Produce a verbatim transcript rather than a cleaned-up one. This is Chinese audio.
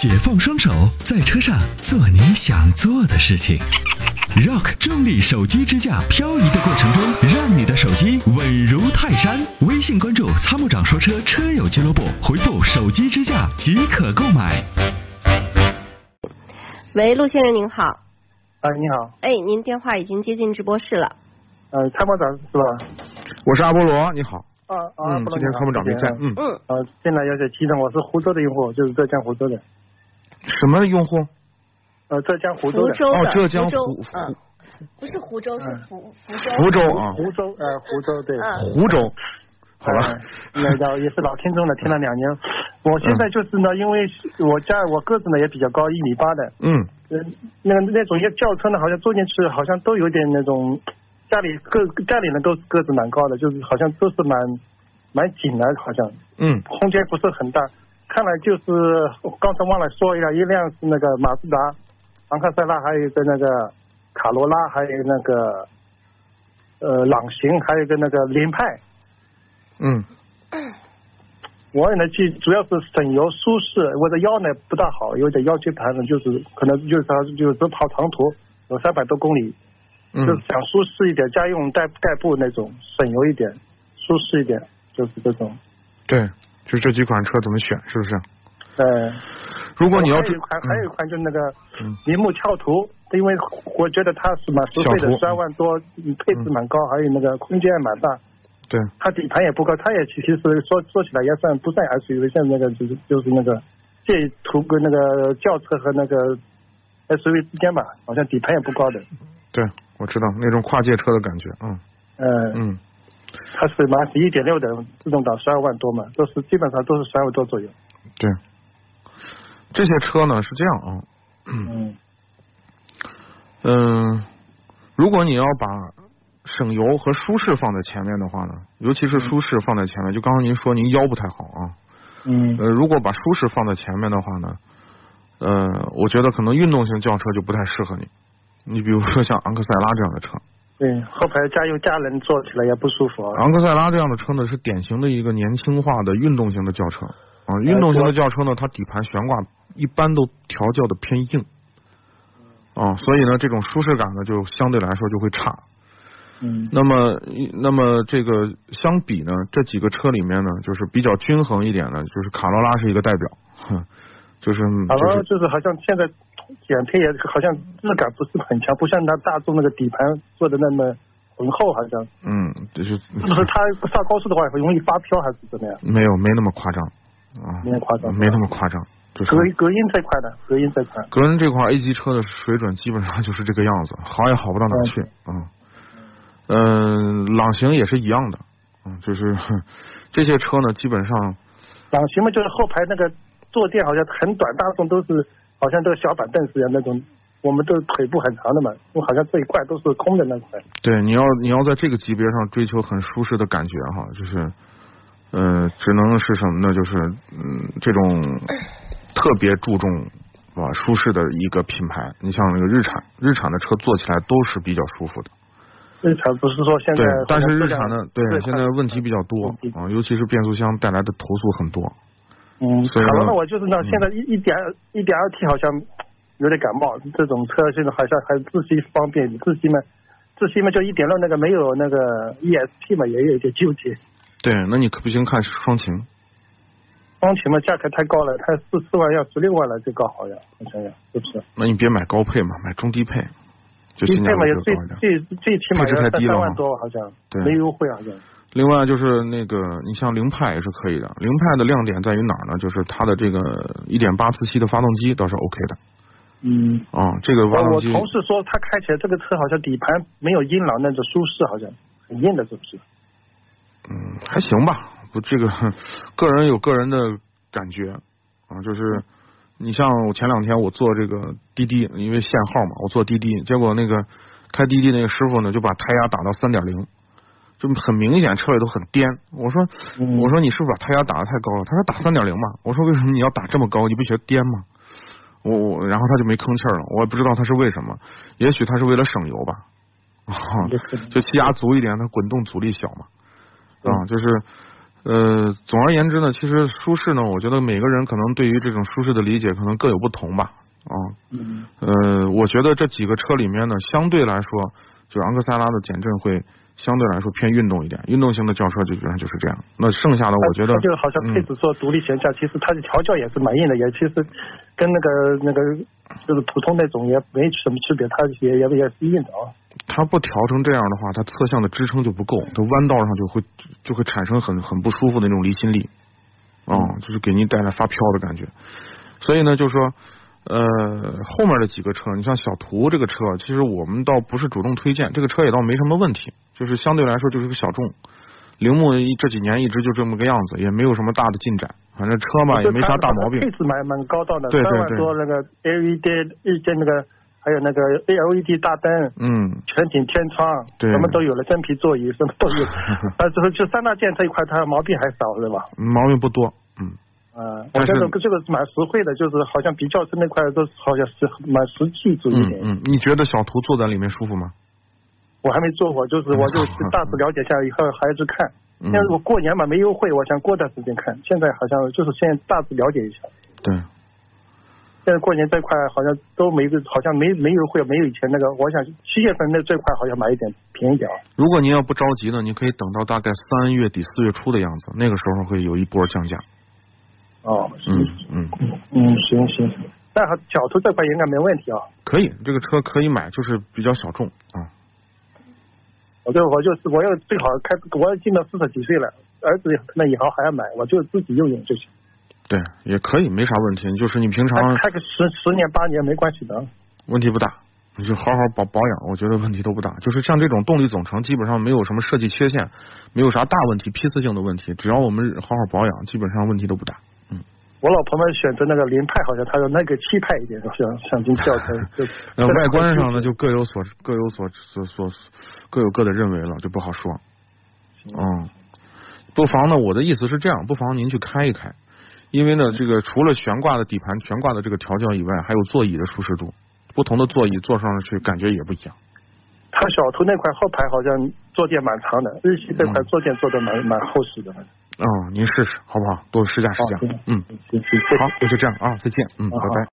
解放双手，在车上做你想做的事情。Rock 重力手机支架，漂移的过程中，让你的手机稳如泰山。微信关注参谋长说车车友俱乐部，回复手机支架即可购买。 喂，陆先生您好。 哎，你好。 哎，您电话已经接进直播室了。 呃，参谋长是吧？ 我是阿波罗，你好。 啊啊， 嗯，今天参谋长没在。嗯嗯。 呃，现在有点激动，我是湖州的用户，就是浙江湖州的。 什么用户？ 呃，浙江湖州的。 湖州的。 哦，浙江湖。 湖嗯，不是湖州，是湖湖州。 湖州啊。 湖州呃，湖州对。 嗯。 湖州。好了。 那个也是老听众了，听了两年。我现在就是呢，因为我家我个子呢也比较高，一米八的。 嗯。 呃，那个那种轿车呢，好像坐进去好像都有点那种。家里个家里人都个子蛮高的，就是好像都是蛮蛮紧的，好像， 嗯， 空间不是很大。看来就是刚才忘了说一下，一辆是那个马自达、昂克赛拉，还有一个那个卡罗拉，还有那个呃朗行，还有一个那个凌派。 嗯， 我呢去主要是省油舒适，我的腰呢不大好，有点腰椎盘呢，就是可能就是他就是跑长途有三百多公里。 嗯、 就是想舒适一点，家用代代步那种，省油一点，舒适一点，就是这种。 对，就这几款车怎么选，是不是？ 呃， 如果你要还有一款， 嗯、 还有一款就是那个铃木翘图，嗯、因为我觉得它是蛮实惠的，十二万多，配置蛮高，嗯、还有那个空间也蛮大。 对。它底盘也不高，它也其实说说起来也算不算 S U V， 像那个就是就是那个介途跟那个轿车和那个 S U V 之间吧，好像底盘也不高的。 对。我知道那种跨界车的感觉，嗯， 嗯嗯，它是马是一点六的自动挡，十二万多嘛，都是基本上都是十二万多左右。 对，这些车呢是这样啊， 嗯嗯，如果你要把省油和舒适放在前面的话呢，尤其是舒适放在前面，就刚刚您说您腰不太好啊， 嗯， 呃，如果把舒适放在前面的话呢，呃，我觉得可能运动型轿车就不太适合你。你比如说像昂克赛拉这样的车， 对，后排家用家人坐起来也不舒服啊。 昂克赛拉这样的车呢，是典型的一个年轻化的运动型的轿车啊。运动型的轿车呢，它底盘悬挂一般都调教的偏硬啊，所以呢，这种舒适感呢就相对来说就会差。 嗯。 那么，那么这个相比呢，这几个车里面呢，就是比较均衡一点的，就是卡罗拉是一个代表，哼，就是卡罗拉就是好像现在。减配也好像质感不是很强，不像它大众那个底盘做的那么浑厚，好像。 嗯，就是是不是它上高速的话容易发飘还是怎么样？ 没有，没那么夸张啊， 没那么夸张， 没那么夸张。就是隔隔音这块的，隔音这块。 隔音这块 A 级车的水准基本上就是这个样子，好也好不到哪去啊。嗯，朗行也是一样的，嗯，就是这些车呢，基本上。 朗行嘛，就是后排那个坐垫好像很短，大众都是。好像这个小板凳似的那种，我们都腿部很长的嘛，好像这一块都是空的那块。 对，你要你要在这个级别上追求很舒适的感觉哈，就是，呃，只能是什么呢？就是嗯，这种特别注重啊舒适的一个品牌。你像那个日产，日产的车坐起来都是比较舒服的。 日产不是说现在， 对，但是日产呢，对，现在问题比较多啊，尤其是变速箱带来的投诉很多。 嗯，卡罗拉我就是呢，现在一一点一点二 T 好像有点感冒，这种车现在好像还自吸方便，自吸嘛，自吸嘛就一点六那个没有那个 E S P 嘛，也有一点纠结。 对，那你可不行看双擎。 双擎嘛，价格太高了，它四四万要十六万了，就搞好呀，我想想是不是？ 那你别买高配嘛，买中低配，就性价比就高一点。 最最最起码要三万多，好像没优惠好像。 另外就是那个，你像凌派也是可以的。凌派的亮点在于哪儿呢？就是它的这个 一点八 自吸的发动机倒是 OK 的。 嗯。 啊，这个发动机。 我同事说他开起来这个车好像底盘没有英朗那种舒适，好像很硬的，是不是？ 嗯，还行吧。不，这个个人有个人的感觉啊，就是你像我前两天我坐这个滴滴，因为限号嘛，我坐滴滴，结果那个开滴滴那个师傅呢就把胎压打到 三点零。就很明显车里都很颠，我说、嗯、我说你是不是把胎压打得太高了？他说打 三点零 嘛，我说为什么你要打这么高？你不觉得颠吗？我我然后他就没吭气了，我也不知道他是为什么，也许他是为了省油吧，啊、就气压足一点，它滚动阻力小嘛，啊，就是呃，总而言之呢，其实舒适呢，我觉得每个人可能对于这种舒适的理解可能各有不同吧。啊，嗯，呃，我觉得这几个车里面呢，相对来说，就是昂克赛拉的减震会相对来说偏运动一点，运动型的轿车基本上就是这样。那剩下的我觉得， 就好像配置做独立悬架，嗯、其实它的调教也是蛮硬的，也其实跟那个那个就是普通那种也没什么区别，它也也也是硬的啊。 它不调成这样的话，它侧向的支撑就不够，它弯道上就会就会产生很很不舒服的那种离心力，啊、嗯，就是给您带来发飘的感觉。所以呢，就是说。呃，后面的几个车，你像小途这个车，其实我们倒不是主动推荐，这个车也倒没什么问题，就是相对来说就是个小众。铃木这几年一直就这么个样子，也没有什么大的进展，反正车嘛也没啥大毛病。 配置蛮蛮高档的， 对对对， 三万多那个 L E D 一件那个，还有那个 L E D 大灯，嗯，全景天窗，对，什么都有了，真皮座椅什么都有。啊，就就三大件这一块，它毛病还少是吧？ 毛病不多，嗯。 嗯，我觉得这个是蛮实惠的，就是好像比轿车那块都好像是蛮实际主义一点。 嗯嗯，你觉得小途坐在里面舒服吗？ 我还没坐过，就是我就大致了解下以后还是看，因为我过年嘛没优惠，我想过段时间看。现在好像就是现在大致了解一下。 对。 现在过年这块好像都没个，好像没没优惠，没有以前那个。我想七月份那这块好像买一点便宜点。 如果您要不着急呢，您可以等到大概三月底四月初的样子，那个时候会有一波降价。 哦，嗯嗯嗯，行行，那小途这块应该没问题啊。 可以，这个车可以买，就是比较小众啊。 我就我就是我要最好开，我要进到四十几岁了，儿子可能以后还要买，我就自己用用就行。 对，也可以，没啥问题。就是你平常开个十十年八年没关系的， 问题不大。你就好好保保养，我觉得问题都不大。就是像这种动力总成，基本上没有什么设计缺陷，没有啥大问题、批次性的问题，只要我们好好保养，基本上问题都不大。 我老婆们选择那个凌派，好像她说那个气派一点，像像进轿车。 呃，外观上呢就各有所各有所所所各有各的认为了，就不好说。嗯，不妨呢，我的意思是这样，不妨您去开一开，因为呢，这个除了悬挂的底盘、悬挂的这个调教以外，还有座椅的舒适度，不同的座椅坐上去感觉也不一样。 它小途那块后排好像坐垫蛮长的，日系这块坐垫做的蛮蛮厚实的。 哦，您试试好不好？多试驾试驾。嗯，好，那就这样啊，再见。嗯，拜拜。